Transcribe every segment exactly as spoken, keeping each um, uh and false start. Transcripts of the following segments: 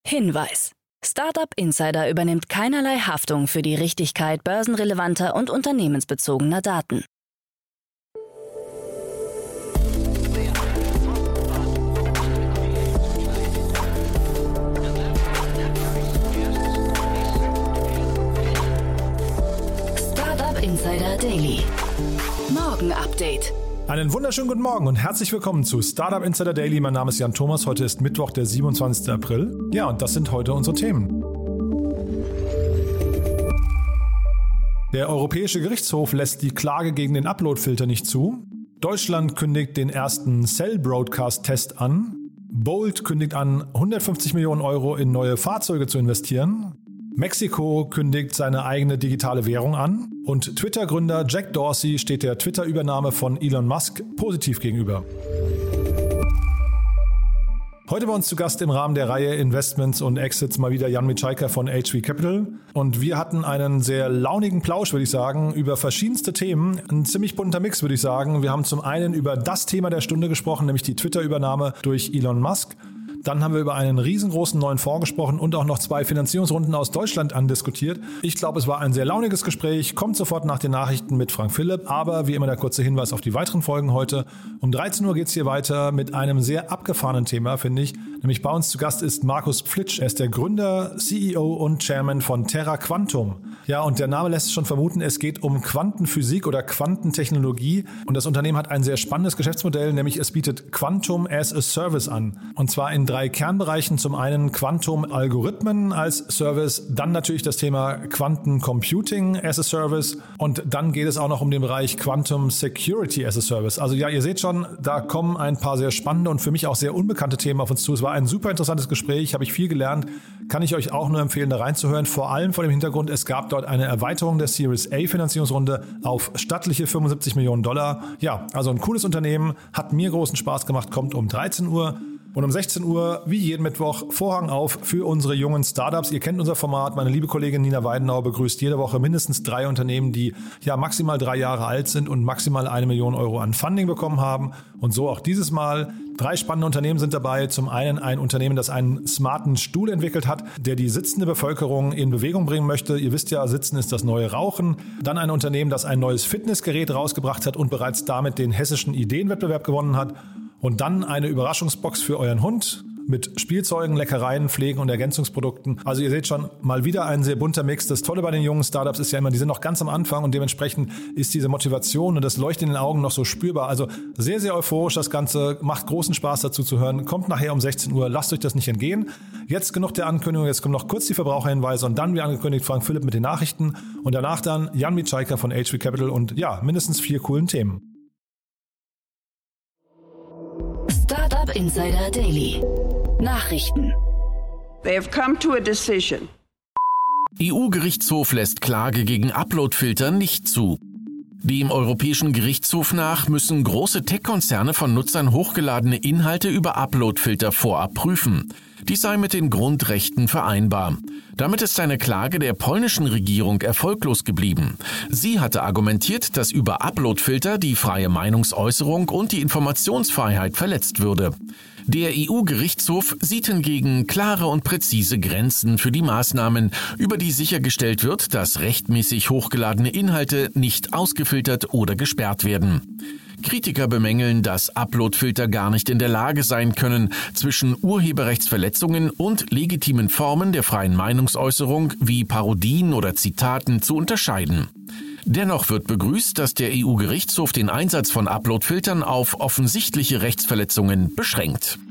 Hinweis: Startup Insider übernimmt keinerlei Haftung für die Richtigkeit börsenrelevanter und unternehmensbezogener Daten. Startup Insider Daily. Morgen Update. Einen wunderschönen guten Morgen und herzlich willkommen zu Startup Insider Daily. Mein Name ist Jan Thomas. Heute ist Mittwoch, der siebenundzwanzigster April. Ja, und das sind heute unsere Themen. Der Europäische Gerichtshof lässt die Klage gegen den Uploadfilter nicht zu. Deutschland kündigt den ersten Cell-Broadcast-Test an. Bolt kündigt an, hundertfünfzig Millionen Euro in neue Fahrzeuge zu investieren. Mexiko kündigt seine eigene digitale Währung an. Und Twitter-Gründer Jack Dorsey steht der Twitter-Übernahme von Elon Musk positiv gegenüber. Heute bei uns zu Gast im Rahmen der Reihe Investments und Exits mal wieder Jan Micajka von H V Capital. Und wir hatten einen sehr launigen Plausch, würde ich sagen, über verschiedenste Themen. Ein ziemlich bunter Mix, würde ich sagen. Wir haben zum einen über das Thema der Stunde gesprochen, nämlich die Twitter-Übernahme durch Elon Musk. Dann haben wir über einen riesengroßen neuen Fonds gesprochen und auch noch zwei Finanzierungsrunden aus Deutschland andiskutiert. Ich glaube, es war ein sehr launiges Gespräch. Kommt sofort nach den Nachrichten mit Frank Philipp. Aber wie immer der kurze Hinweis auf die weiteren Folgen heute. Um dreizehn Uhr geht es hier weiter mit einem sehr abgefahrenen Thema, finde ich. Nämlich bei uns zu Gast ist Markus Pflitsch. Er ist der Gründer, C E O und Chairman von Terra Quantum. Ja, und der Name lässt es schon vermuten, es geht um Quantenphysik oder Quantentechnologie. Und das Unternehmen hat ein sehr spannendes Geschäftsmodell, nämlich es bietet Quantum as a Service an. Und zwar in drei Kernbereichen. Zum einen Quantum-Algorithmen als Service, dann natürlich das Thema Quantum Computing as a Service und dann geht es auch noch um den Bereich Quantum Security as a Service. Also ja, ihr seht schon, da kommen ein paar sehr spannende und für mich auch sehr unbekannte Themen auf uns zu. Es war ein super interessantes Gespräch, habe ich viel gelernt, kann ich euch auch nur empfehlen, da reinzuhören. Vor allem vor dem Hintergrund, es gab dort eine Erweiterung der Series A Finanzierungsrunde auf stattliche fünfundsiebzig Millionen Dollar. Ja, also ein cooles Unternehmen, hat mir großen Spaß gemacht, kommt um dreizehn Uhr. Und um sechzehn Uhr, wie jeden Mittwoch, Vorhang auf für unsere jungen Startups. Ihr kennt unser Format. Meine liebe Kollegin Nina Weidenauer begrüßt jede Woche mindestens drei Unternehmen, die ja maximal drei Jahre alt sind und maximal eine Million Euro an Funding bekommen haben. Und so auch dieses Mal. Drei spannende Unternehmen sind dabei. Zum einen ein Unternehmen, das einen smarten Stuhl entwickelt hat, der die sitzende Bevölkerung in Bewegung bringen möchte. Ihr wisst ja, Sitzen ist das neue Rauchen. Dann ein Unternehmen, das ein neues Fitnessgerät rausgebracht hat und bereits damit den hessischen Ideenwettbewerb gewonnen hat. Und dann eine Überraschungsbox für euren Hund mit Spielzeugen, Leckereien, Pflegen und Ergänzungsprodukten. Also ihr seht schon, mal wieder ein sehr bunter Mix. Das Tolle bei den jungen Startups ist ja immer, die sind noch ganz am Anfang und dementsprechend ist diese Motivation und das Leuchten in den Augen noch so spürbar. Also sehr, sehr euphorisch das Ganze, macht großen Spaß dazu zu hören. Kommt nachher um sechzehn Uhr, lasst euch das nicht entgehen. Jetzt genug der Ankündigung, jetzt kommen noch kurz die Verbraucherhinweise und dann, wie angekündigt, Frank Philipp mit den Nachrichten und danach dann Jan Micajka von H V Capital und ja, mindestens vier coolen Themen. Startup Insider Daily. Nachrichten. They have come to a decision. E U-Gerichtshof lässt Klage gegen Uploadfilter nicht zu. Dem Europäischen Gerichtshof nach müssen große Tech-Konzerne von Nutzern hochgeladene Inhalte über Uploadfilter vorab prüfen. Dies sei mit den Grundrechten vereinbar. Damit ist eine Klage der polnischen Regierung erfolglos geblieben. Sie hatte argumentiert, dass über Uploadfilter die freie Meinungsäußerung und die Informationsfreiheit verletzt würde. Der E U-Gerichtshof sieht hingegen klare und präzise Grenzen für die Maßnahmen, über die sichergestellt wird, dass rechtmäßig hochgeladene Inhalte nicht ausgefiltert oder gesperrt werden. Kritiker bemängeln, dass Uploadfilter gar nicht in der Lage sein können, zwischen Urheberrechtsverletzungen und legitimen Formen der freien Meinungsäußerung wie Parodien oder Zitaten zu unterscheiden. Dennoch wird begrüßt, dass der E U-Gerichtshof den Einsatz von Uploadfiltern auf offensichtliche Rechtsverletzungen beschränkt.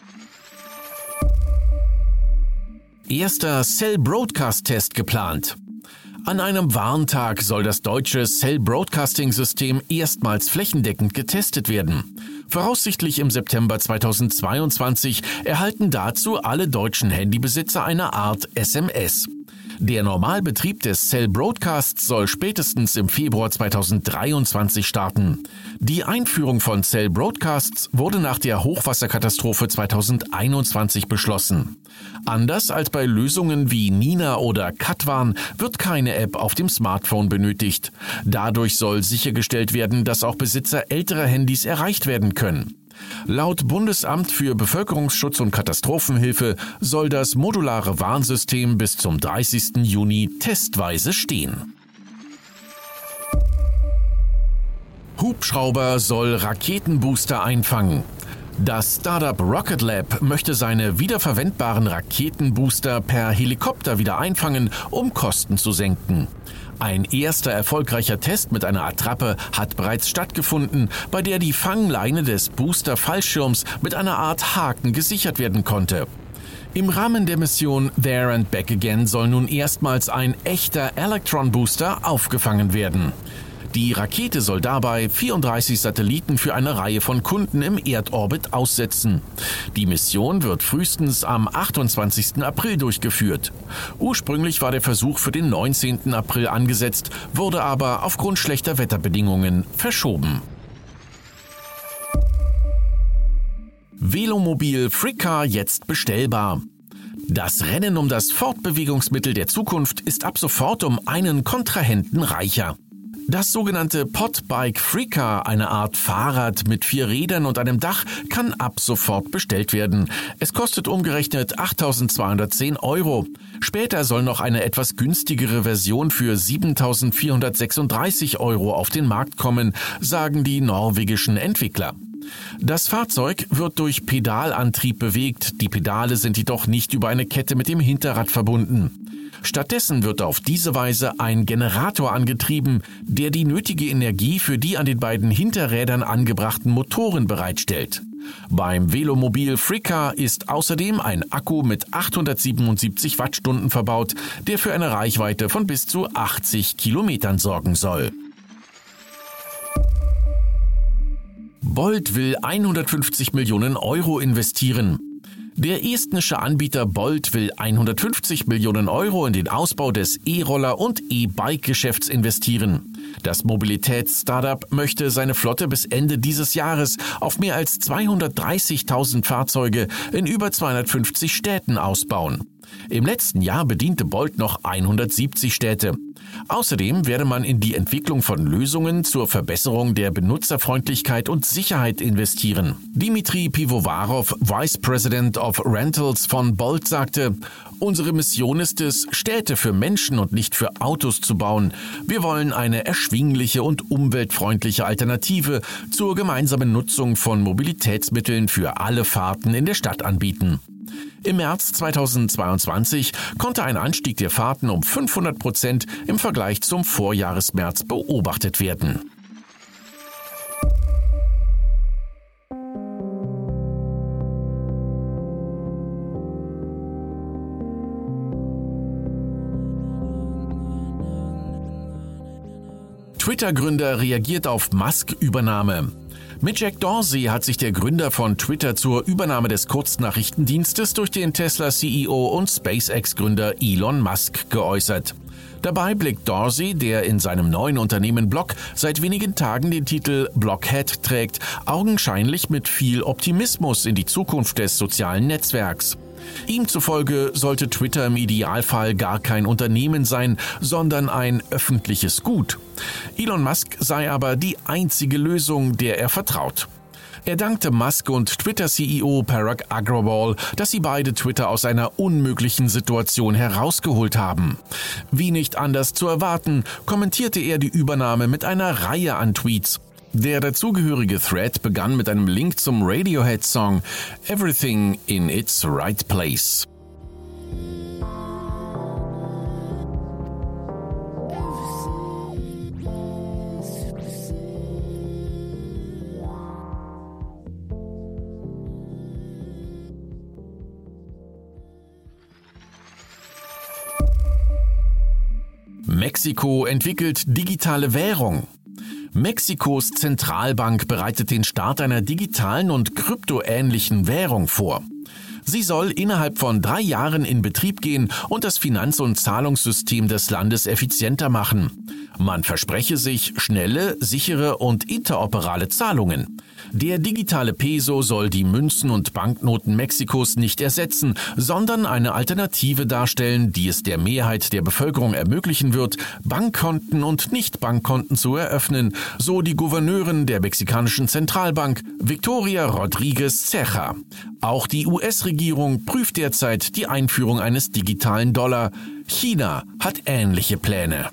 Erster Cell-Broadcast-Test geplant. An einem Warntag soll das deutsche Cell-Broadcasting-System erstmals flächendeckend getestet werden. Voraussichtlich im September zweitausendzweiundzwanzig erhalten dazu alle deutschen Handybesitzer eine Art S M S. Der Normalbetrieb des Cell Broadcasts soll spätestens im Februar zweitausenddreiundzwanzig starten. Die Einführung von Cell Broadcasts wurde nach der Hochwasserkatastrophe zweitausendeinundzwanzig beschlossen. Anders als bei Lösungen wie Nina oder Katwan wird keine App auf dem Smartphone benötigt. Dadurch soll sichergestellt werden, dass auch Besitzer älterer Handys erreicht werden können. Laut Bundesamt für Bevölkerungsschutz und Katastrophenhilfe soll das modulare Warnsystem bis zum dreißigsten Juni testweise stehen. Hubschrauber soll Raketenbooster einfangen. Das Startup Rocket Lab möchte seine wiederverwendbaren Raketenbooster per Helikopter wieder einfangen, um Kosten zu senken. Ein erster erfolgreicher Test mit einer Attrappe hat bereits stattgefunden, bei der die Fangleine des Booster-Fallschirms mit einer Art Haken gesichert werden konnte. Im Rahmen der Mission There and Back Again soll nun erstmals ein echter Electron-Booster aufgefangen werden. Die Rakete soll dabei vierunddreißig Satelliten für eine Reihe von Kunden im Erdorbit aussetzen. Die Mission wird frühestens am achtundzwanzigsten April durchgeführt. Ursprünglich war der Versuch für den neunzehnten April angesetzt, wurde aber aufgrund schlechter Wetterbedingungen verschoben. Velomobil Fricar jetzt bestellbar. Das Rennen um das Fortbewegungsmittel der Zukunft ist ab sofort um einen Kontrahenten reicher. Das sogenannte Podbike Fricar, eine Art Fahrrad mit vier Rädern und einem Dach, kann ab sofort bestellt werden. Es kostet umgerechnet achttausendzweihundertzehn Euro. Später soll noch eine etwas günstigere Version für siebentausendvierhundertsechsunddreißig Euro auf den Markt kommen, sagen die norwegischen Entwickler. Das Fahrzeug wird durch Pedalantrieb bewegt, die Pedale sind jedoch nicht über eine Kette mit dem Hinterrad verbunden. Stattdessen wird auf diese Weise ein Generator angetrieben, der die nötige Energie für die an den beiden Hinterrädern angebrachten Motoren bereitstellt. Beim Velomobil Fricar ist außerdem ein Akku mit achthundertsiebenundsiebzig Wattstunden verbaut, der für eine Reichweite von bis zu achtzig Kilometern sorgen soll. Bolt will hundertfünfzig Millionen Euro investieren. Der estnische Anbieter Bolt will hundertfünfzig Millionen Euro in den Ausbau des E-Roller- und E-Bike-Geschäfts investieren. Das Mobilitäts-Startup möchte seine Flotte bis Ende dieses Jahres auf mehr als zweihundertdreißigtausend Fahrzeuge in über zweihundertfünfzig Städten ausbauen. Im letzten Jahr bediente Bolt noch hundertsiebzig Städte. Außerdem werde man in die Entwicklung von Lösungen zur Verbesserung der Benutzerfreundlichkeit und Sicherheit investieren. Dimitri Pivovarov, Vice President of Rentals von Bolt, sagte: Unsere Mission ist es, Städte für Menschen und nicht für Autos zu bauen. Wir wollen eine erschwingliche und umweltfreundliche Alternative zur gemeinsamen Nutzung von Mobilitätsmitteln für alle Fahrten in der Stadt anbieten. Im März zweitausendzweiundzwanzig konnte ein Anstieg der Fahrten um fünfhundert Prozent im Vergleich zum Vorjahresmärz beobachtet werden. Twitter-Gründer reagiert auf Musk-Übernahme. Mit Jack Dorsey hat sich der Gründer von Twitter zur Übernahme des Kurznachrichtendienstes durch den Tesla-C E O und SpaceX-Gründer Elon Musk geäußert. Dabei blickt Dorsey, der in seinem neuen Unternehmen Block seit wenigen Tagen den Titel Blockhead trägt, augenscheinlich mit viel Optimismus in die Zukunft des sozialen Netzwerks. Ihm zufolge sollte Twitter im Idealfall gar kein Unternehmen sein, sondern ein öffentliches Gut. Elon Musk sei aber die einzige Lösung, der er vertraut. Er dankte Musk und Twitter-C E O Parag Agrawal, dass sie beide Twitter aus einer unmöglichen Situation herausgeholt haben. Wie nicht anders zu erwarten, kommentierte er die Übernahme mit einer Reihe an Tweets. Der dazugehörige Thread begann mit einem Link zum Radiohead-Song Everything in its Right Place. Mexiko entwickelt digitale Währung. Mexikos Zentralbank bereitet den Start einer digitalen und kryptoähnlichen Währung vor. Sie soll innerhalb von drei Jahren in Betrieb gehen und das Finanz- und Zahlungssystem des Landes effizienter machen. Man verspreche sich schnelle, sichere und interoperale Zahlungen. Der digitale Peso soll die Münzen und Banknoten Mexikos nicht ersetzen, sondern eine Alternative darstellen, die es der Mehrheit der Bevölkerung ermöglichen wird, Bankkonten und Nicht-Bankkonten zu eröffnen, so die Gouverneurin der mexikanischen Zentralbank, Victoria Rodríguez Ceja. Auch die U S-Regierung prüft derzeit die Einführung eines digitalen Dollar. China hat ähnliche Pläne.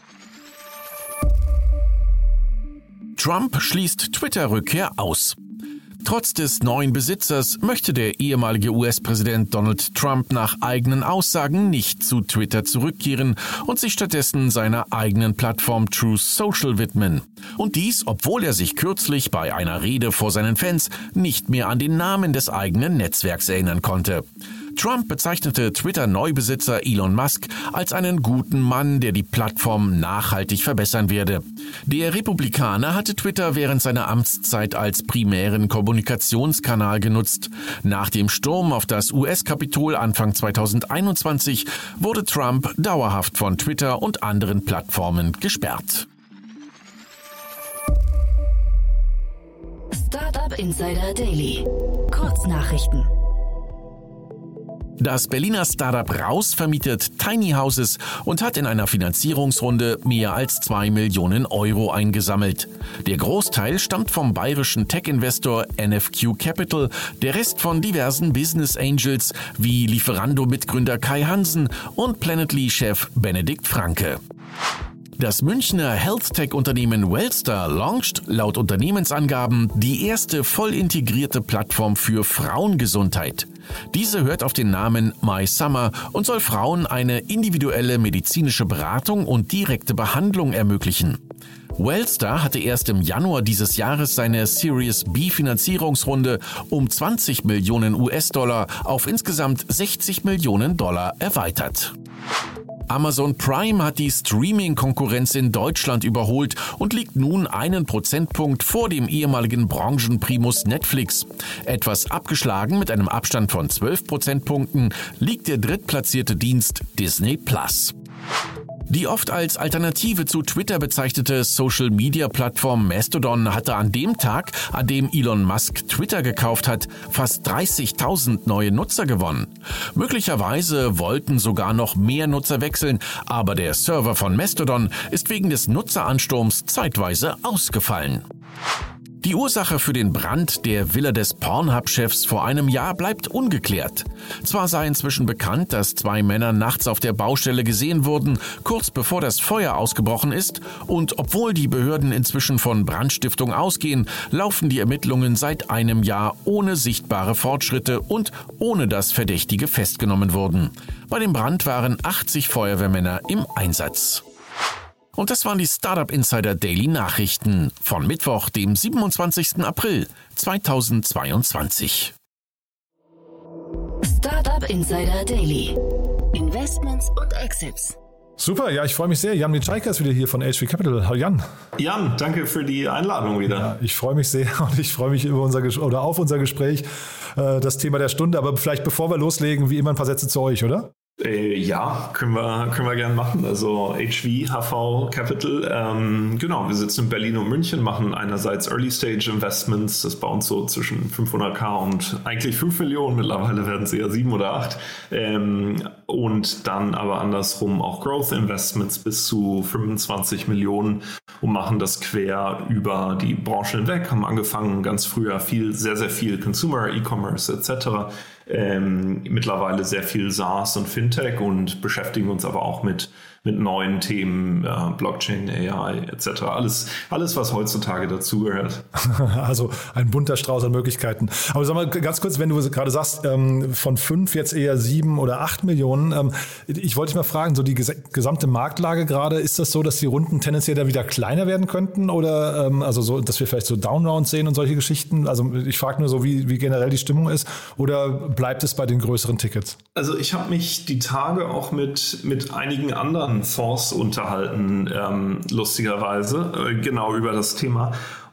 Trump schließt Twitter-Rückkehr aus. Trotz des neuen Besitzers möchte der ehemalige U S-Präsident Donald Trump nach eigenen Aussagen nicht zu Twitter zurückkehren und sich stattdessen seiner eigenen Plattform Truth Social widmen. Und dies, obwohl er sich kürzlich bei einer Rede vor seinen Fans nicht mehr an den Namen des eigenen Netzwerks erinnern konnte. Trump bezeichnete Twitter-Neubesitzer Elon Musk als einen guten Mann, der die Plattform nachhaltig verbessern werde. Der Republikaner hatte Twitter während seiner Amtszeit als primären Kommunikationskanal genutzt. Nach dem Sturm auf das U S-Kapitol Anfang zweitausendeinundzwanzig wurde Trump dauerhaft von Twitter und anderen Plattformen gesperrt. Startup Insider Daily. Kurznachrichten. Das Berliner Startup Raus vermietet Tiny Houses und hat in einer Finanzierungsrunde mehr als zwei Millionen Euro eingesammelt. Der Großteil stammt vom bayerischen Tech-Investor N F Q Capital, der Rest von diversen Business Angels wie Lieferando-Mitgründer Kai Hansen und Planetly-Chef Benedikt Franke. Das Münchner Health-Tech-Unternehmen Wellstar launcht laut Unternehmensangaben die erste voll integrierte Plattform für Frauengesundheit. Diese hört auf den Namen My Summer und soll Frauen eine individuelle medizinische Beratung und direkte Behandlung ermöglichen. Wellstar hatte erst im Januar dieses Jahres seine Series B Finanzierungsrunde um zwanzig Millionen U S-Dollar auf insgesamt sechzig Millionen Dollar erweitert. Amazon Prime hat die Streaming-Konkurrenz in Deutschland überholt und liegt nun einen Prozentpunkt vor dem ehemaligen Branchenprimus Netflix. Etwas abgeschlagen mit einem Abstand von zwölf Prozentpunkten liegt der drittplatzierte Dienst Disney Plus. Die oft als Alternative zu Twitter bezeichnete Social-Media-Plattform Mastodon hatte an dem Tag, an dem Elon Musk Twitter gekauft hat, fast dreißigtausend neue Nutzer gewonnen. Möglicherweise wollten sogar noch mehr Nutzer wechseln, aber der Server von Mastodon ist wegen des Nutzeransturms zeitweise ausgefallen. Die Ursache für den Brand der Villa des Pornhub-Chefs vor einem Jahr bleibt ungeklärt. Zwar sei inzwischen bekannt, dass zwei Männer nachts auf der Baustelle gesehen wurden, kurz bevor das Feuer ausgebrochen ist, und obwohl die Behörden inzwischen von Brandstiftung ausgehen, laufen die Ermittlungen seit einem Jahr ohne sichtbare Fortschritte und ohne dass Verdächtige festgenommen wurden. Bei dem Brand waren achtzig Feuerwehrmänner im Einsatz. Und das waren die Startup Insider Daily Nachrichten von Mittwoch, dem siebenundzwanzigsten April zweitausendzweiundzwanzig. Startup Insider Daily. Investments und Exits. Super, ja, ich freue mich sehr. Jan Micajka ist wieder hier von H V Capital. Hallo Jan. Jan, danke für die Einladung wieder. Ja, ich freue mich sehr und ich freue mich über unser Ges- oder auf unser Gespräch, äh, das Thema der Stunde. Aber vielleicht bevor wir loslegen, wie immer ein paar Sätze zu euch, oder? Äh, ja, können wir, können wir gerne machen. Also H V, H V Capital, ähm, genau, wir sitzen in Berlin und München, machen einerseits Early Stage Investments, das bei uns so zwischen fünfhunderttausend und eigentlich fünf Millionen, mittlerweile werden es eher sieben oder acht. Ähm, und dann aber andersrum auch Growth Investments bis zu fünfundzwanzig Millionen und machen das quer über die Branche hinweg, haben angefangen ganz früher viel, sehr, sehr viel Consumer, E-Commerce et cetera. Ähm, mittlerweile sehr viel SaaS und Fintech und beschäftigen uns aber auch mit, mit neuen Themen, äh, Blockchain, A I et cetera. Alles, alles, was heutzutage dazugehört. Also ein bunter Strauß an Möglichkeiten. Aber sag mal ganz kurz, wenn du gerade sagst, ähm, von fünf jetzt eher sieben oder acht Millionen. Ähm, ich wollte dich mal fragen, so die ges- gesamte Marktlage gerade, ist das so, dass die Runden tendenziell da wieder kleiner werden könnten? Oder ähm, also so, dass wir vielleicht so Downrounds sehen und solche Geschichten? Also ich frage nur so, wie, wie generell die Stimmung ist. Oder bleibt es bei den größeren Tickets? Also ich habe mich die Tage auch mit, mit einigen anderen Fonds unterhalten, ähm, lustigerweise, äh, genau über das Thema.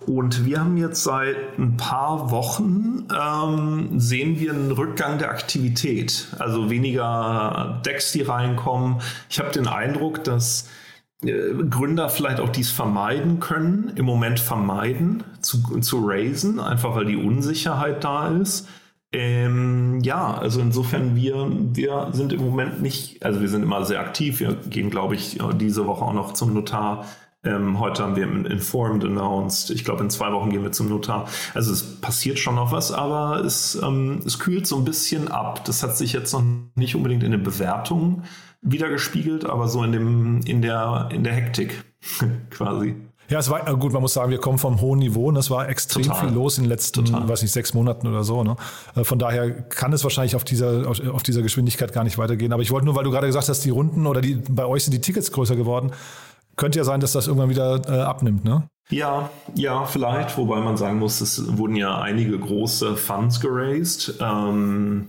Und wir haben jetzt seit ein paar Wochen, ähm, sehen wir einen Rückgang der Aktivität. Also weniger Decks, die reinkommen. Ich habe den Eindruck, dass äh, Gründer vielleicht auch dies vermeiden können, im Moment vermeiden, zu, zu raisen, einfach weil die Unsicherheit da ist. Ähm, ja, also insofern, wir, wir sind im Moment nicht, also wir sind immer sehr aktiv. Wir gehen, glaube ich, diese Woche auch noch zum Notar. Ähm, heute haben wir Informed announced. Ich glaube, in zwei Wochen gehen wir zum Notar. Also es passiert schon noch was, aber es, ähm, es kühlt so ein bisschen ab. Das hat sich jetzt noch nicht unbedingt in den Bewertungen wiedergespiegelt, aber so in dem, in der, in der Hektik quasi. Ja, es war gut, man muss sagen, wir kommen vom hohen Niveau und es war extrem Total. viel los in den letzten, Total. weiß nicht, sechs Monaten oder so. Ne? Von daher kann es wahrscheinlich auf dieser, auf, auf dieser Geschwindigkeit gar nicht weitergehen. Aber ich wollte nur, weil du gerade gesagt hast, die Runden oder die bei euch sind die Tickets größer geworden. Könnte ja sein, dass das irgendwann wieder äh, abnimmt, ne? Ja, ja, vielleicht. Wobei man sagen muss, es wurden ja einige große Funds geraced. Ähm,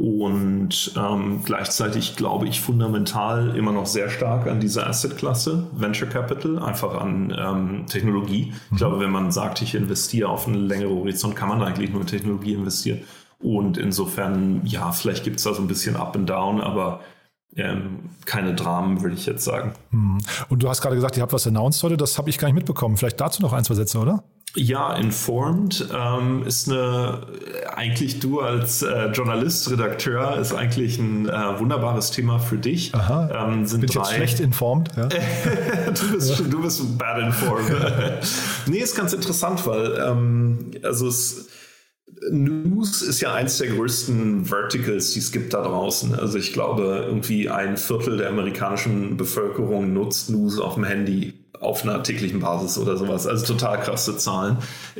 und ähm, gleichzeitig glaube ich fundamental immer noch sehr stark an dieser Asset-Klasse, Venture Capital, einfach an ähm, Technologie. Mhm. Ich glaube, wenn man sagt, ich investiere auf einen längeren Horizont, kann man eigentlich nur in Technologie investieren. Und insofern, ja, vielleicht gibt es da so ein bisschen Up and Down, aber Ähm, keine Dramen, würde ich jetzt sagen. Und du hast gerade gesagt, ihr habt was announced heute, das habe ich gar nicht mitbekommen. Vielleicht dazu noch ein, zwei Sätze, oder? Ja, Informed ähm, ist eine, eigentlich du als äh, Journalist, Redakteur, ist eigentlich ein äh, wunderbares Thema für dich. Aha, ähm, sind bin ich jetzt schlecht informed? Ja? du, bist, du bist bad informed. Nee, ist ganz interessant, weil ähm, also es News ist ja eins der größten Verticals, die es gibt da draußen. Also ich glaube, irgendwie ein Viertel der amerikanischen Bevölkerung nutzt News auf dem Handy auf einer täglichen Basis oder sowas. Also total krasse Zahlen.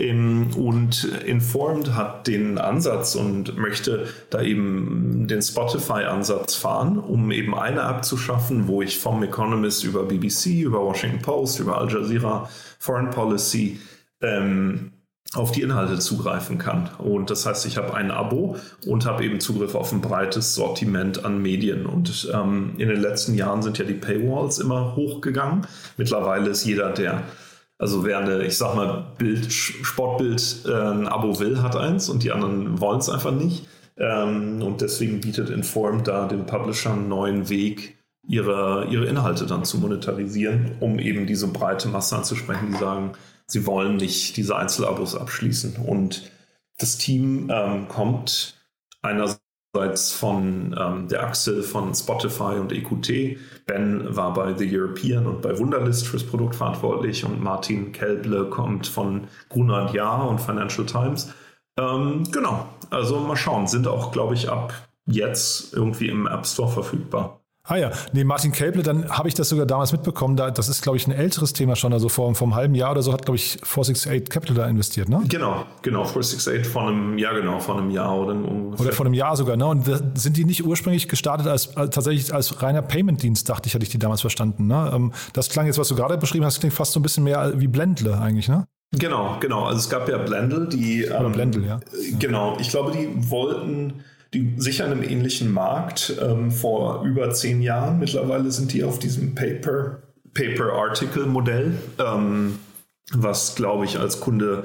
Und Informed hat den Ansatz und möchte da eben den Spotify-Ansatz fahren, um eben eine App zu schaffen, wo ich vom Economist über B B C, über Washington Post, über Al Jazeera, Foreign Policy, ähm, auf die Inhalte zugreifen kann. Und das heißt, ich habe ein Abo und habe eben Zugriff auf ein breites Sortiment an Medien. Und ähm, in den letzten Jahren sind ja die Paywalls immer hochgegangen. Mittlerweile ist jeder, der, also wer eine, ich sag mal, Bild, Sportbild äh, ein Abo will, hat eins und die anderen wollen es einfach nicht. Ähm, und deswegen bietet Informed da den Publishern einen neuen Weg, ihre, ihre Inhalte dann zu monetarisieren, um eben diese breite Masse anzusprechen, die sagen, sie wollen nicht diese Einzelabos abschließen. Und das Team ähm, kommt einerseits von ähm, der Achse von Spotify und E Q T. Ben war bei The European und bei Wunderlist fürs Produkt verantwortlich und Martin Kelble kommt von Gruner und Jahr und Financial Times. Ähm, genau, also mal schauen. Sind auch, glaube ich, ab jetzt irgendwie im App Store verfügbar. Ah ja, nee, Martin Kelble, dann habe ich das sogar damals mitbekommen. Da, das ist, glaube ich, ein älteres Thema schon. Also vor, vor einem halben Jahr oder so hat, glaube ich, vier sechs acht Capital da investiert, ne? Genau, genau. vier sechs acht von einem Jahr, genau, von einem Jahr oder ungefähr. Oder von einem Jahr sogar, ne? Und sind die nicht ursprünglich gestartet als, als tatsächlich als reiner Payment-Dienst, dachte ich, hatte ich die damals verstanden, ne? Das klang jetzt, was du gerade beschrieben hast, klingt fast so ein bisschen mehr wie Blendle eigentlich, ne? Genau, genau. Also es gab ja Blendle, die... Oder ähm, Blendle, ja. Genau, ich glaube, die wollten... Die sichern einem ähnlichen Markt ähm, vor über zehn Jahren. Mittlerweile sind die auf diesem Paper, Paper-Article-Modell, ähm, was, glaube ich, als Kunde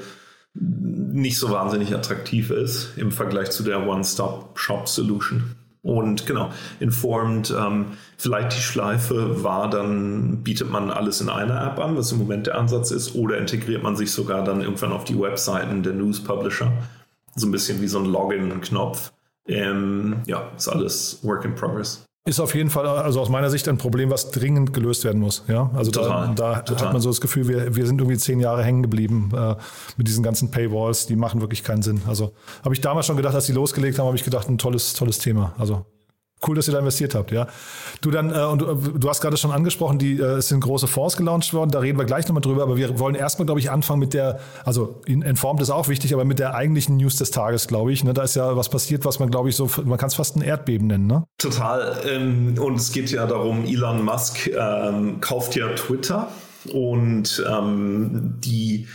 nicht so wahnsinnig attraktiv ist im Vergleich zu der One-Stop-Shop-Solution. Und genau, Informed, ähm, vielleicht die Schleife war dann, bietet man alles in einer App an, was im Moment der Ansatz ist, oder integriert man sich sogar dann irgendwann auf die Webseiten der News-Publisher. So ein bisschen wie so ein Login-Knopf. Ähm, ja, ist alles Work in Progress. Ist auf jeden Fall, also aus meiner Sicht, ein Problem, was dringend gelöst werden muss. Ja, also total, da, da total. Hat man so das Gefühl, wir, wir sind irgendwie zehn Jahre hängen geblieben äh, mit diesen ganzen Paywalls, die machen wirklich keinen Sinn. Also habe ich damals schon gedacht, als die losgelegt haben, habe ich gedacht, ein tolles, tolles Thema. Also cool, dass ihr da investiert habt, ja. Du dann, äh, und du, du hast gerade schon angesprochen, die, äh, es sind große Fonds gelauncht worden, da reden wir gleich nochmal drüber, aber wir wollen erstmal, glaube ich, anfangen mit der, also Informed ist auch wichtig, aber mit der eigentlichen News des Tages, glaube ich. Ne? Da ist ja was passiert, was man, glaube ich, so, man kann es fast ein Erdbeben nennen, ne? Total. Ähm, und es geht ja darum, Elon Musk ähm, kauft ja Twitter und ähm, die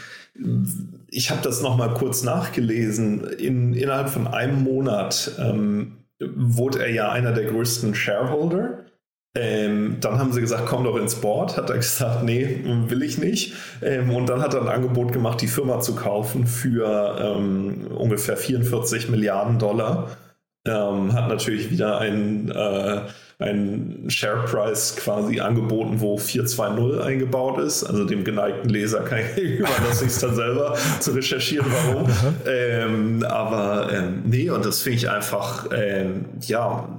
ich habe das nochmal kurz nachgelesen, in, innerhalb von einem Monat ähm, wurde er ja einer der größten Shareholder Ähm, dann haben sie gesagt, komm doch ins Board. Hat er gesagt, nee, will ich nicht. Ähm, und dann hat er ein Angebot gemacht, die Firma zu kaufen für ähm, ungefähr vierundvierzig Milliarden Dollar. Ähm, hat natürlich wieder ein, äh, ein Share Price quasi angeboten, wo vier zwei null eingebaut ist. Also dem geneigten Leser kann ich überlassen, sich dann selber zu recherchieren, warum. ähm, aber ähm, nee, und das finde ich einfach, ähm, ja,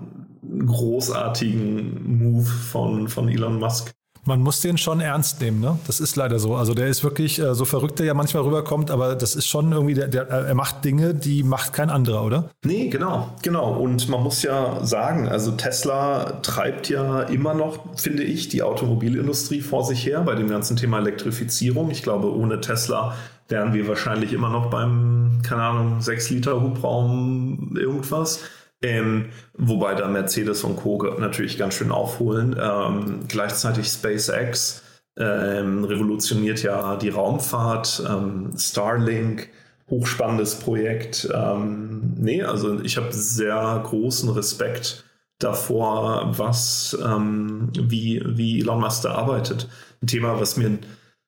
großartigen Move von, von Elon Musk. Man muss den schon ernst nehmen, ne? Das ist leider so. Also der ist wirklich, äh, so verrückt der ja manchmal rüberkommt, aber das ist schon irgendwie, der, der, er macht Dinge, die macht kein anderer, oder? Nee, genau, genau. Und man muss ja sagen, also Tesla treibt ja immer noch, finde ich, die Automobilindustrie vor sich her bei dem ganzen Thema Elektrifizierung. Ich glaube, ohne Tesla wären wir wahrscheinlich immer noch beim, keine Ahnung, sechs Liter Hubraum irgendwas. Ähm, wobei da Mercedes und Co. natürlich ganz schön aufholen. Ähm, gleichzeitig SpaceX ähm, revolutioniert ja die Raumfahrt. Ähm, Starlink, hochspannendes Projekt. Ähm, nee, also ich habe sehr großen Respekt davor, was ähm, wie, wie Elon Musk da arbeitet. Ein Thema, was mir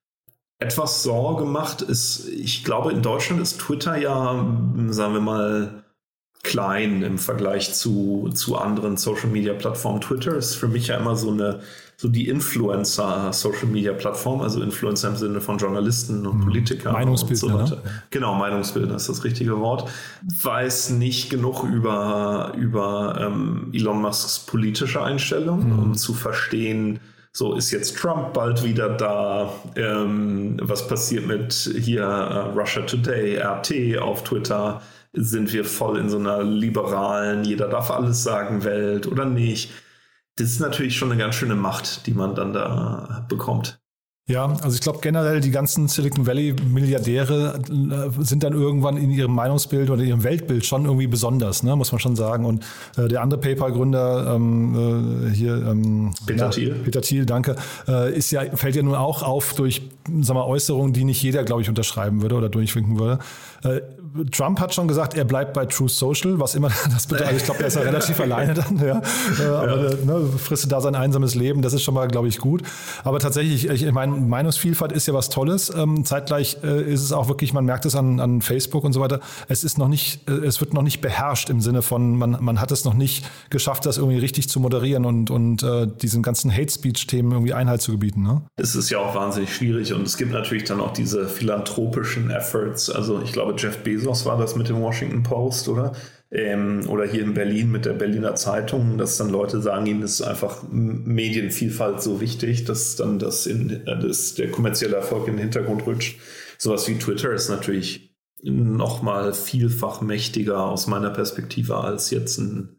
etwas Sorge macht, ist, ich glaube, in Deutschland ist Twitter ja, sagen wir mal, klein im Vergleich zu, zu anderen Social-Media-Plattformen. Twitter ist für mich ja immer so eine, so die Influencer-Social-Media-Plattform, also Influencer im Sinne von Journalisten und Politikern. Meinungsbildner, und so ne? Genau, Meinungsbildner ist das richtige Wort. Weiß nicht genug über, über ähm, Elon Musks politische Einstellung, mhm. um zu verstehen, so ist jetzt Trump bald wieder da, ähm, was passiert mit hier uh, Russia Today, R T auf Twitter, sind wir voll in so einer liberalen, jeder darf alles sagen Welt oder nicht. Das ist natürlich schon eine ganz schöne Macht, die man dann da bekommt. Ja, also ich glaube generell, die ganzen Silicon Valley-Milliardäre äh, sind dann irgendwann in ihrem Meinungsbild oder ihrem Weltbild schon irgendwie besonders, ne, muss man schon sagen. Und äh, der andere PayPal-Gründer ähm, äh, hier, ähm, Peter ja, Thiel, Peter Thiel, danke, äh, ist ja, fällt ja nun auch auf durch, sag mal, Äußerungen, die nicht jeder, glaube ich, unterschreiben würde oder durchwinken würde. Äh, Trump hat schon gesagt, er bleibt bei Truth Social, was immer das bedeutet. Also ich glaube, er ist ja relativ alleine dann, ja. Äh, aber ja. Ne, fristet da sein einsames Leben, das ist schon mal, glaube ich, gut. Aber tatsächlich, ich, ich meine, Meinungsvielfalt ist ja was Tolles. Ähm, zeitgleich äh, ist es auch wirklich, man merkt es an, an Facebook und so weiter, es ist noch nicht, äh, es wird noch nicht beherrscht im Sinne von, man, man hat es noch nicht geschafft, das irgendwie richtig zu moderieren und, und äh, diesen ganzen Hate-Speech-Themen irgendwie Einhalt zu gebieten. Ne? Es ist ja auch wahnsinnig schwierig und es gibt natürlich dann auch diese philanthropischen Efforts. Also ich glaube, Jeff Bezos war das mit dem Washington Post, oder? Ähm, oder hier in Berlin mit der Berliner Zeitung, dass dann Leute sagen, ihnen ist einfach Medienvielfalt so wichtig, dass dann das, in, das der kommerzielle Erfolg in den Hintergrund rutscht. Sowas wie Twitter ist natürlich nochmal vielfach mächtiger aus meiner Perspektive, als jetzt ein,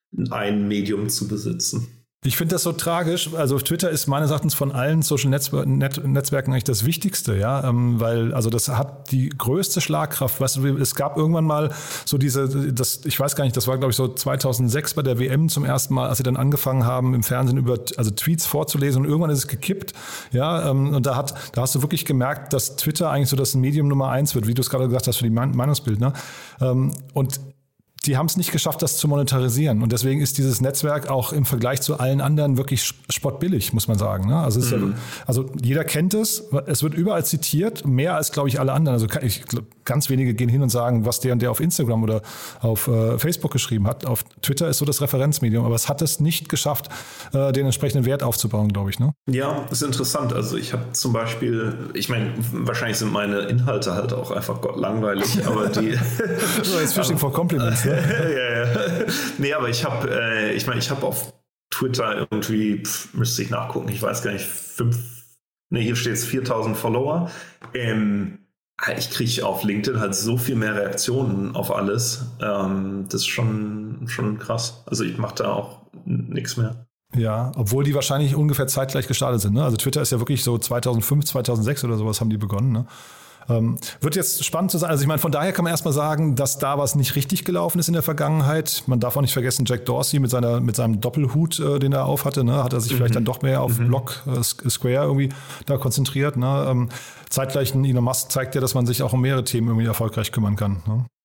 ein Medium zu besitzen. Ich finde das so tragisch. Also Twitter ist meines Erachtens von allen Social Netzwer- Net- Netzwerken eigentlich das Wichtigste, ja, ähm, weil also das hat die größte Schlagkraft. Weißt du, es gab irgendwann mal so diese, das, ich weiß gar nicht, das war glaube ich so zweitausendsechs bei der W M zum ersten Mal, als sie dann angefangen haben im Fernsehen über also Tweets vorzulesen und irgendwann ist es gekippt, ja, ähm, und da hat, da hast du wirklich gemerkt, dass Twitter eigentlich so das Medium Nummer eins wird, wie du es gerade gesagt hast für die Meinungsbildner, ähm, und die haben es nicht geschafft, das zu monetarisieren. Und deswegen ist dieses Netzwerk auch im Vergleich zu allen anderen wirklich spottbillig, muss man sagen. Ne? Also, es ist mhm. ja, also jeder kennt es. Es wird überall zitiert, mehr als, glaube ich, alle anderen. Also ich, ganz wenige gehen hin und sagen, was der und der auf Instagram oder auf äh, Facebook geschrieben hat. Auf Twitter ist so das Referenzmedium. Aber es hat es nicht geschafft, äh, den entsprechenden Wert aufzubauen, glaube ich. Ne? Ja, das ist interessant. Also ich habe zum Beispiel, ich meine, wahrscheinlich sind meine Inhalte halt auch einfach gottlangweilig, aber die... so, jetzt Fishing for Compliments, ne? ja, ja. Nee, aber ich habe, äh, ich meine, ich habe auf Twitter irgendwie, pf, müsste ich nachgucken, ich weiß gar nicht, fünf, ne, hier steht es viertausend Follower. Ähm, ich kriege auf LinkedIn halt so viel mehr Reaktionen auf alles. Ähm, das ist schon, schon krass. Also ich mache da auch nichts mehr. Ja, obwohl die wahrscheinlich ungefähr zeitgleich gestartet sind. Ne? Also Twitter ist ja wirklich so zweitausendfünf, zweitausendsechs oder sowas haben die begonnen, ne? Ähm, wird jetzt spannend zu sein. Also ich meine, von daher kann man erstmal sagen, dass da was nicht richtig gelaufen ist in der Vergangenheit. Man darf auch nicht vergessen, Jack Dorsey mit seiner mit seinem Doppelhut, äh, den er auf hatte, ne, hat er sich mhm. vielleicht dann doch mehr auf mhm. Block, äh, Square irgendwie da konzentriert. Ne? Ähm, zeitgleich ein Elon Musk zeigt ja, dass man sich auch um mehrere Themen irgendwie erfolgreich kümmern kann. Ne?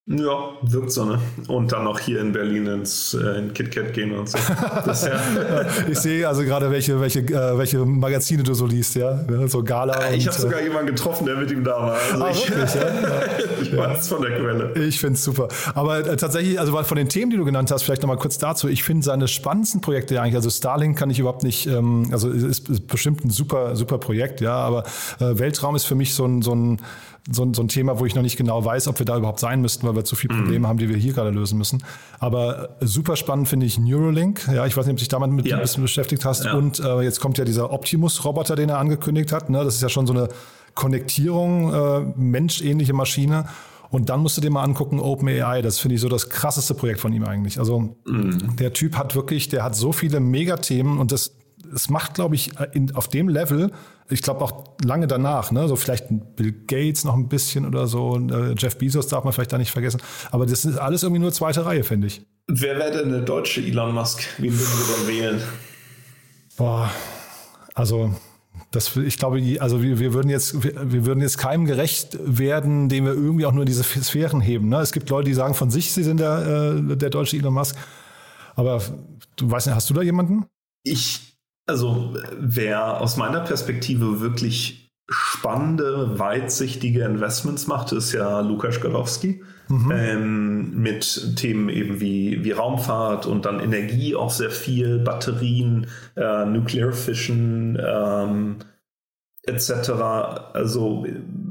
Ja, wirkt so, ne? Und dann noch hier in Berlin ins äh, in KitKat gehen und so. Das, ja. Ich sehe also gerade, welche, welche, äh, welche Magazine du so liest, ja? So Gala. Äh, ich habe äh, sogar jemanden getroffen, der mit ihm da war. Also ah, ich wirklich, ja? ich weiß es von der Quelle. Ich finde es super. Aber äh, tatsächlich, also von den Themen, die du genannt hast, vielleicht nochmal kurz dazu. Ich finde seine spannendsten Projekte eigentlich, also Starlink kann ich überhaupt nicht, ähm, also ist, ist bestimmt ein super, super Projekt, ja, aber äh, Weltraum ist für mich so ein, so ein So ein, so ein Thema, wo ich noch nicht genau weiß, ob wir da überhaupt sein müssten, weil wir zu viele Probleme mm. haben, die wir hier gerade lösen müssen. Aber super spannend finde ich Neuralink. Ja, ich weiß nicht, ob du dich damit mit ja. ein bisschen beschäftigt hast. Ja. Und äh, jetzt kommt ja dieser Optimus-Roboter, den er angekündigt hat. Ne? Das ist ja schon so eine Konnektierung, äh, menschähnliche Maschine. Und dann musst du dir mal angucken, OpenAI, das finde ich so das krasseste Projekt von ihm eigentlich. Also mm. der Typ hat wirklich, der hat so viele Megathemen und das es macht, glaube ich, in, auf dem Level, ich glaube auch lange danach, ne, so vielleicht Bill Gates noch ein bisschen oder so, und, äh, Jeff Bezos darf man vielleicht da nicht vergessen, aber das ist alles irgendwie nur zweite Reihe, finde ich. Wer wäre denn der deutsche Elon Musk? Wen würden wir dann wählen? Boah, also das, ich glaube, also wir, wir würden jetzt, wir, wir würden jetzt keinem gerecht werden, dem wir irgendwie auch nur diese Sphären heben. Ne? Es gibt Leute, die sagen von sich, sie sind der, äh, der deutsche Elon Musk, aber du weißt nicht, hast du da jemanden? Ich Also wer aus meiner Perspektive wirklich spannende, weitsichtige Investments macht, ist ja Lukasz Gadowski. Mhm. Ähm, mit Themen eben wie, wie Raumfahrt und dann Energie auch sehr viel, Batterien, äh, Nuclear Fission ähm, et cetera. Also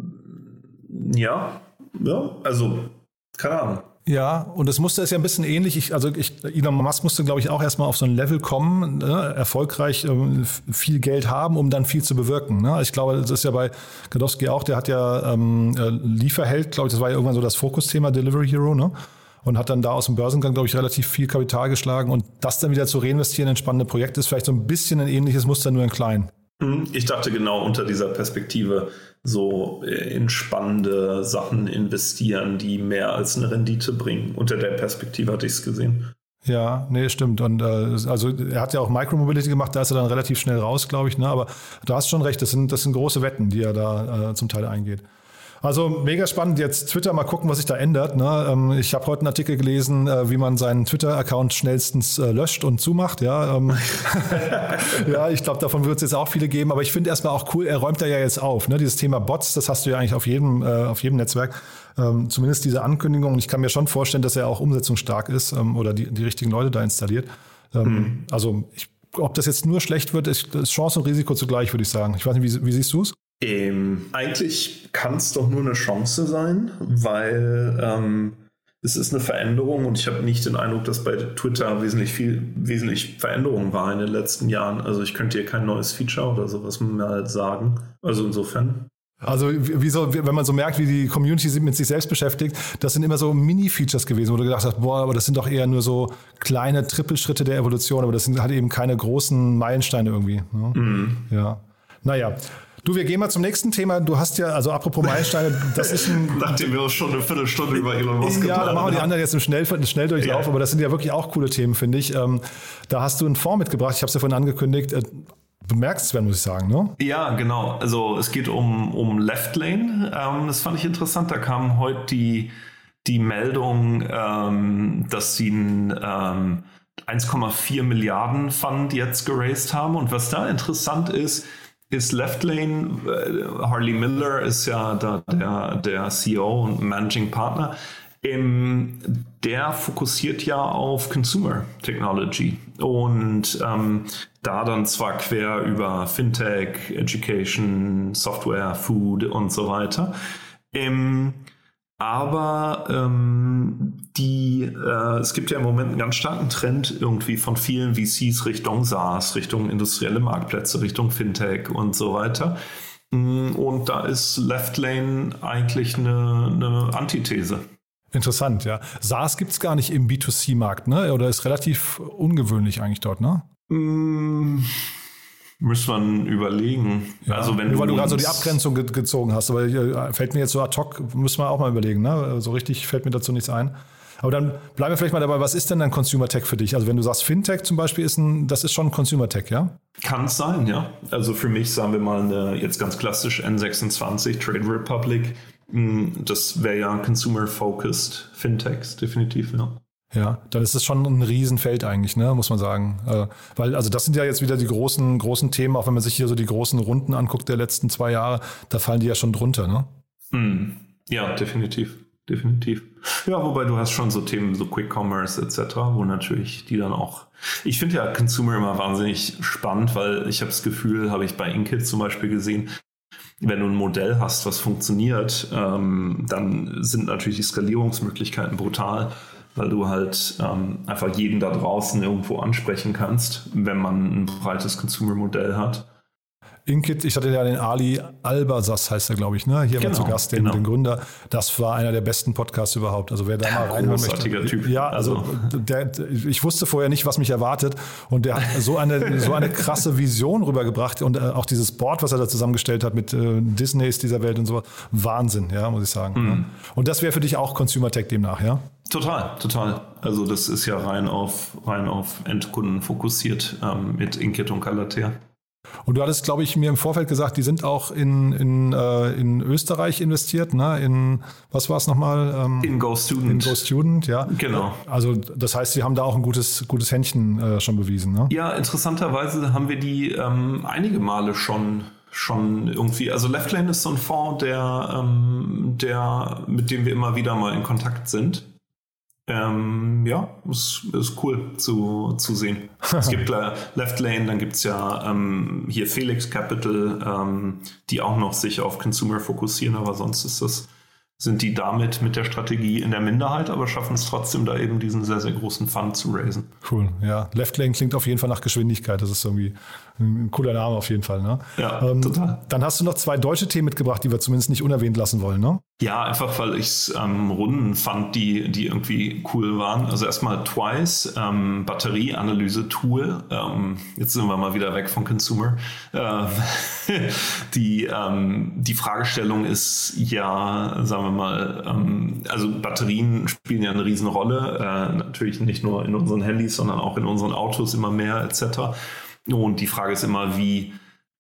ja, ja, also keine Ahnung. Ja, und das Muster ist ja ein bisschen ähnlich. Ich, also ich, Elon Musk musste, glaube ich, auch erstmal auf so ein Level kommen, ne, erfolgreich ähm, viel Geld haben, um dann viel zu bewirken. Ne? Ich glaube, das ist ja bei Gadowski auch, der hat ja ähm, Lieferheld, glaube ich, das war ja irgendwann so das Fokusthema Delivery Hero, ne? Und hat dann da aus dem Börsengang, glaube ich, relativ viel Kapital geschlagen. Und das dann wieder zu reinvestieren in spannende Projekte ist vielleicht so ein bisschen ein ähnliches Muster, nur in klein. Ich dachte genau unter dieser Perspektive so in spannende Sachen investieren, die mehr als eine Rendite bringen. Unter der Perspektive hatte ich es gesehen. Ja, nee, stimmt. Und äh, also er hat ja auch Micromobility gemacht, da ist er dann relativ schnell raus, glaube ich. Ne? Aber du hast schon recht, das sind, das sind große Wetten, die er da äh, zum Teil eingeht. Also mega spannend. Jetzt Twitter, mal gucken, was sich da ändert. Ne? Ich habe heute einen Artikel gelesen, wie man seinen Twitter-Account schnellstens löscht und zumacht. Ja, ähm ja, ich glaube, davon wird es jetzt auch viele geben. Aber ich finde erstmal auch cool, er räumt da ja jetzt auf. Ne? Dieses Thema Bots, das hast du ja eigentlich auf jedem, äh, auf jedem Netzwerk. Ähm, zumindest diese Ankündigung. Und ich kann mir schon vorstellen, dass er auch umsetzungsstark ist ähm, oder die, die richtigen Leute da installiert. Ähm, mhm. Also ich, ob das jetzt nur schlecht wird, ist, ist Chance und Risiko zugleich, würde ich sagen. Ich weiß nicht, wie, wie siehst du es? Ähm, eigentlich kann es doch nur eine Chance sein, weil ähm, es ist eine Veränderung und ich habe nicht den Eindruck, dass bei Twitter wesentlich viel, wesentlich Veränderung war in den letzten Jahren. Also ich könnte hier kein neues Feature oder sowas mehr sagen. Also insofern. Also wie so, wenn man so merkt, wie die Community sich mit sich selbst beschäftigt, das sind immer so Mini-Features gewesen, wo du gedacht hast, boah, aber das sind doch eher nur so kleine Trippelschritte der Evolution, aber das sind halt eben keine großen Meilensteine irgendwie. Ne? Mhm. Ja, naja. Du, wir gehen mal zum nächsten Thema. Du hast ja, also apropos Meilensteine, das ist ein... Nachdem wir schon eine Viertelstunde über Elon Musk Ja, da machen wir die anderen jetzt im Schnell, Schnelldurchlauf, ja. Aber das sind ja wirklich auch coole Themen, finde ich. Ähm, da hast du einen Fonds mitgebracht, ich habe es ja vorhin angekündigt. Äh, bemerkenswert, muss ich sagen, ne? Ja, genau. Also es geht um, um Leftlane. Ähm, das fand ich interessant. Da kam heute die, die Meldung, ähm, dass sie ein... Ähm, eins Komma vier Milliarden Fund jetzt geraced haben. Und was da interessant ist, ist Leftlane, äh, Harley Miller ist ja da der, der C E O und Managing Partner, ähm, der fokussiert ja auf Consumer Technology und ähm, da dann zwar quer über Fintech, Education, Software, Food und so weiter. Ähm, Aber ähm, die, äh, es gibt ja im Moment einen ganz starken Trend irgendwie von vielen V Cs Richtung SaaS, Richtung industrielle Marktplätze, Richtung Fintech und so weiter. Und da ist Leftlane eigentlich eine, eine Antithese. Interessant, ja. SaaS gibt es gar nicht im B zwei C-Markt, ne? Oder ist relativ ungewöhnlich eigentlich dort, ne? Mm. Muss man überlegen. Ja, also wenn du weil du gerade so die Abgrenzung ge- gezogen hast, aber äh, fällt mir jetzt so ad hoc, müssen wir auch mal überlegen, ne? So richtig fällt mir dazu nichts ein. Aber dann bleiben wir vielleicht mal dabei, was ist denn dann Consumer Tech für dich? Also wenn du sagst, Fintech zum Beispiel, ist ein, das ist schon Consumer Tech, ja? Kann es sein, ja. Also für mich, sagen wir mal, eine, jetzt ganz klassisch N sechsundzwanzig, Trade Republic, das wäre ja Consumer-Focused Fintechs, definitiv, ja. Ja, dann ist es schon ein Riesenfeld eigentlich, ne, muss man sagen. Äh, weil, also das sind ja jetzt wieder die großen, großen Themen, auch wenn man sich hier so die großen Runden anguckt der letzten zwei Jahre, da fallen die ja schon drunter, ne? Mm, ja, definitiv, definitiv. Ja, wobei du hast schon so Themen, so Quick Commerce et cetera, wo natürlich die dann auch, ich finde ja Consumer immer wahnsinnig spannend, weil ich habe das Gefühl, habe ich bei Inkit zum Beispiel gesehen, wenn du ein Modell hast, was funktioniert, ähm, dann sind natürlich die Skalierungsmöglichkeiten brutal, weil du halt ähm, einfach jeden da draußen irgendwo ansprechen kannst, wenn man ein breites Consumer-Modell hat. Inkit, ich hatte ja den Ali Albasas, heißt er, glaube ich, ne? Hier genau, mal zu Gast, den, genau. den Gründer. Das war einer der besten Podcasts überhaupt. Also wer da mal reinhören möchte. Typ. Ja, also, also. Der, ich wusste vorher nicht, was mich erwartet. Und der hat so eine, so eine krasse Vision rübergebracht. Und äh, auch dieses Board, was er da zusammengestellt hat mit äh, Disneys dieser Welt und sowas. Wahnsinn, ja, muss ich sagen. Mhm. Ja. Und das wäre für dich auch Consumer Tech demnach, ja? Total, total. Also das ist ja rein auf, rein auf Endkunden fokussiert ähm, mit Inkit und Calathea. Und du hattest, glaube ich, mir im Vorfeld gesagt, die sind auch in, in, äh, in Österreich investiert, ne? In, was war es nochmal? Ähm, in GoStudent. In GoStudent, ja. Genau. Also das heißt, sie haben da auch ein gutes, gutes Händchen äh, schon bewiesen, ne? Ja, interessanterweise haben wir die ähm, einige Male schon schon irgendwie, also Leftlane ist so ein Fonds, der, ähm, der, mit dem wir immer wieder mal in Kontakt sind. Ähm, ja, ist, ist cool zu, zu sehen. Es gibt äh, Leftlane, dann gibt es ja ähm, hier Felix Capital, ähm, die auch noch sich auf Consumer fokussieren, aber sonst ist das, sind die damit mit der Strategie in der Minderheit, aber schaffen es trotzdem, da eben diesen sehr, sehr großen Fund zu raisen. Cool, ja. Leftlane klingt auf jeden Fall nach Geschwindigkeit. Das ist irgendwie ein cooler Name auf jeden Fall, ne? Ja, ähm, total. Dann hast du noch zwei deutsche Themen mitgebracht, die wir zumindest nicht unerwähnt lassen wollen, ne? Ja, einfach weil ich es ähm, Runden fand, die, die irgendwie cool waren. Also erstmal Twice, ähm, Batterieanalyse-Tool. Ähm, jetzt sind wir mal wieder weg von Consumer. Ähm, die, ähm, die Fragestellung ist ja, sagen wir mal, ähm, also Batterien spielen ja eine Riesenrolle. Äh, natürlich nicht nur in unseren Handys, sondern auch in unseren Autos immer mehr et cetera. Und die Frage ist immer, wie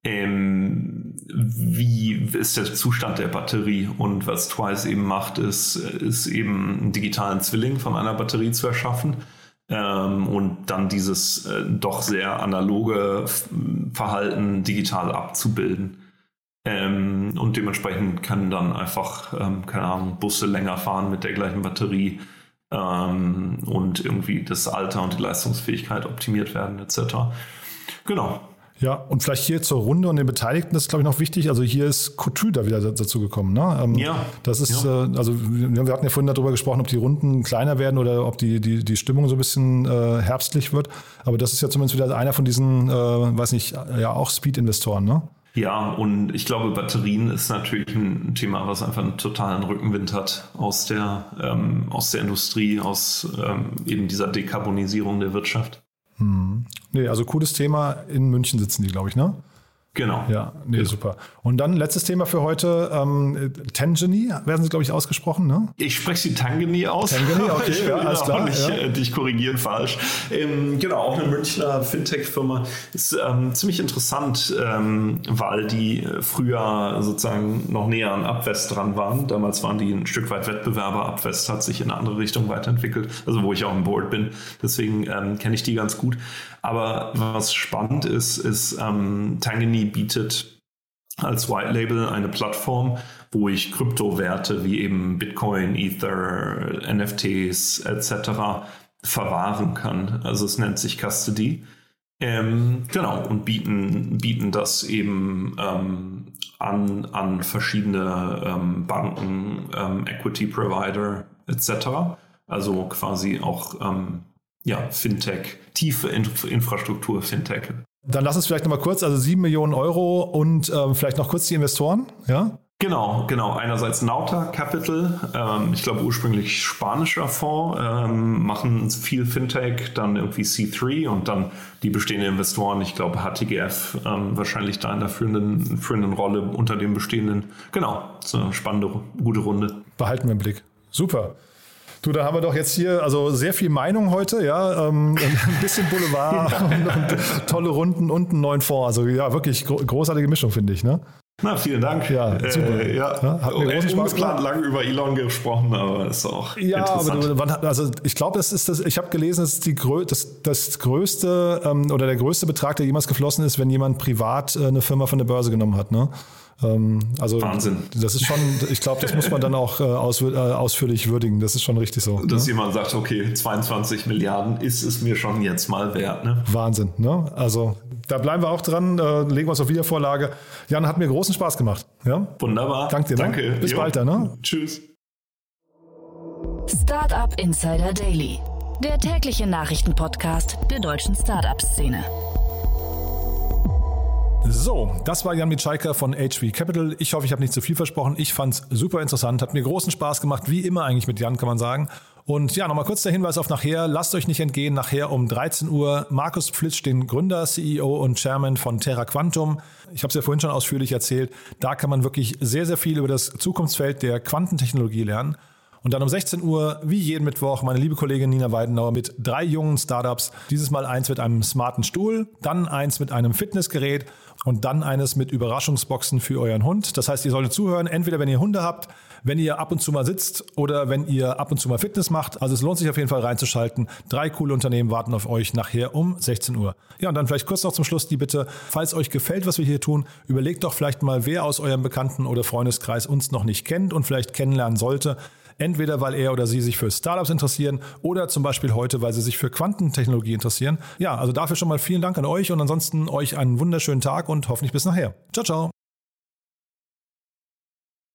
Ähm, wie ist der Zustand der Batterie? Und was Twice eben macht, ist, ist eben einen digitalen Zwilling von einer Batterie zu erschaffen ähm, und dann dieses äh, doch sehr analoge Verhalten digital abzubilden. Ähm, und dementsprechend können dann einfach, ähm, keine Ahnung, Busse länger fahren mit der gleichen Batterie ähm, und irgendwie das Alter und die Leistungsfähigkeit optimiert werden et cetera. Genau. Ja, und vielleicht hier zur Runde und den Beteiligten, das ist, glaube ich, noch wichtig. Also hier ist Couture da wieder dazu gekommen, ne? Ähm, ja. Das ist, ja. äh, also wir hatten ja vorhin darüber gesprochen, ob die Runden kleiner werden oder ob die, die, die Stimmung so ein bisschen äh, herbstlich wird. Aber das ist ja zumindest wieder einer von diesen, äh, weiß nicht, ja auch Speed-Investoren, ne? Ja, und ich glaube, Batterien ist natürlich ein Thema, was einfach einen totalen Rückenwind hat aus der, ähm, aus der Industrie, aus ähm, eben dieser Dekarbonisierung der Wirtschaft. Hm. Nee, also cooles Thema. In München sitzen die, glaube ich, ne? Genau. Ja, nee, super. Und dann letztes Thema für heute, ähm, Tangeny, werden sie, glaube ich, ausgesprochen, ne? Ich spreche sie Tangeny aus. Tangeny, okay, ich will ja, alles klar. Nicht, ja. äh, dich korrigieren, falsch. Ähm, genau, auch eine Münchner Fintech-Firma. Ist ähm, ziemlich interessant, ähm, weil die früher sozusagen noch näher an Upvest dran waren. Damals waren die ein Stück weit Wettbewerber. Upvest hat sich in eine andere Richtung weiterentwickelt, also wo ich auch im Board bin. Deswegen ähm, kenne ich die ganz gut. Aber was spannend ist, ist, ähm, Tangeny bietet als White Label eine Plattform, wo ich Kryptowerte wie eben Bitcoin, Ether, N F Ts et cetera verwahren kann. Also es nennt sich Custody. Ähm, genau, und bieten, bieten das eben ähm, an, an verschiedene ähm, Banken, ähm, Equity Provider et cetera. Also quasi auch ähm, ja, Fintech, tiefe Inf- Infrastruktur Fintech. Dann lass uns vielleicht nochmal kurz, also sieben Millionen Euro und ähm, vielleicht noch kurz die Investoren, ja? Genau, genau. Einerseits Nauta Capital, ähm, ich glaube ursprünglich spanischer Fonds, ähm, machen viel Fintech, dann irgendwie C drei und dann die bestehenden Investoren, ich glaube H T G F, ähm, wahrscheinlich da in der führenden, führenden Rolle unter den bestehenden. Genau, so eine spannende, gute Runde. Behalten wir im Blick. Super. Du, da haben wir doch jetzt hier also sehr viel Meinung heute, ja, ähm, ein bisschen Boulevard und, und tolle Runden und einen neuen Fonds. Also ja, wirklich gro- großartige Mischung, finde ich, ne? Na, vielen Dank. Ja, super. Äh, ja. Ja, hat mir großen Spaß gemacht. Lange über Elon gesprochen, aber ist auch ja, interessant. aber wann, also ich glaube, das ist das. Ich habe gelesen, das ist die grö- das, das größte ähm, oder der größte Betrag, der jemals geflossen ist, wenn jemand privat äh, eine Firma von der Börse genommen hat, ne? Ähm, also Wahnsinn. Das ist schon. Ich glaube, das muss man dann auch äh, aus, äh, ausführlich würdigen. Das ist schon richtig so. Dass ne? jemand sagt, okay, zweiundzwanzig Milliarden ist es mir schon jetzt mal wert, ne? Wahnsinn, ne? Also da bleiben wir auch dran, äh, legen wir uns auf Wiedervorlage. Jan, hat mir großen Spaß gemacht. Ja? Wunderbar. Danke dir. Danke. Ne? Bis Jo. bald dann. Ne? Tschüss. Startup Insider Daily, der tägliche Nachrichtenpodcast der deutschen Startup-Szene. So, das war Jan Michalka von H V Capital. Ich hoffe, ich habe nicht zu viel versprochen. Ich fand es super interessant, hat mir großen Spaß gemacht, wie immer eigentlich mit Jan, kann man sagen. Und ja, nochmal kurz der Hinweis auf nachher. Lasst euch nicht entgehen, nachher um dreizehn Uhr Markus Pflitsch, den Gründer, C E O und Chairman von Terra Quantum. Ich habe es ja vorhin schon ausführlich erzählt. Da kann man wirklich sehr, sehr viel über das Zukunftsfeld der Quantentechnologie lernen. Und dann um sechzehn Uhr, wie jeden Mittwoch, meine liebe Kollegin Nina Weidenauer mit drei jungen Startups. Dieses Mal eins mit einem smarten Stuhl, dann eins mit einem Fitnessgerät und dann eines mit Überraschungsboxen für euren Hund. Das heißt, ihr solltet zuhören, entweder wenn ihr Hunde habt, wenn ihr ab und zu mal sitzt oder wenn ihr ab und zu mal Fitness macht. Also es lohnt sich auf jeden Fall reinzuschalten. Drei coole Unternehmen warten auf euch nachher um sechzehn Uhr. Ja, und dann vielleicht kurz noch zum Schluss die Bitte, falls euch gefällt, was wir hier tun, überlegt doch vielleicht mal, wer aus eurem Bekannten- oder Freundeskreis uns noch nicht kennt und vielleicht kennenlernen sollte. Entweder weil er oder sie sich für Startups interessieren oder zum Beispiel heute, weil sie sich für Quantentechnologie interessieren. Ja, also dafür schon mal vielen Dank an euch und ansonsten euch einen wunderschönen Tag und hoffentlich bis nachher. Ciao, ciao.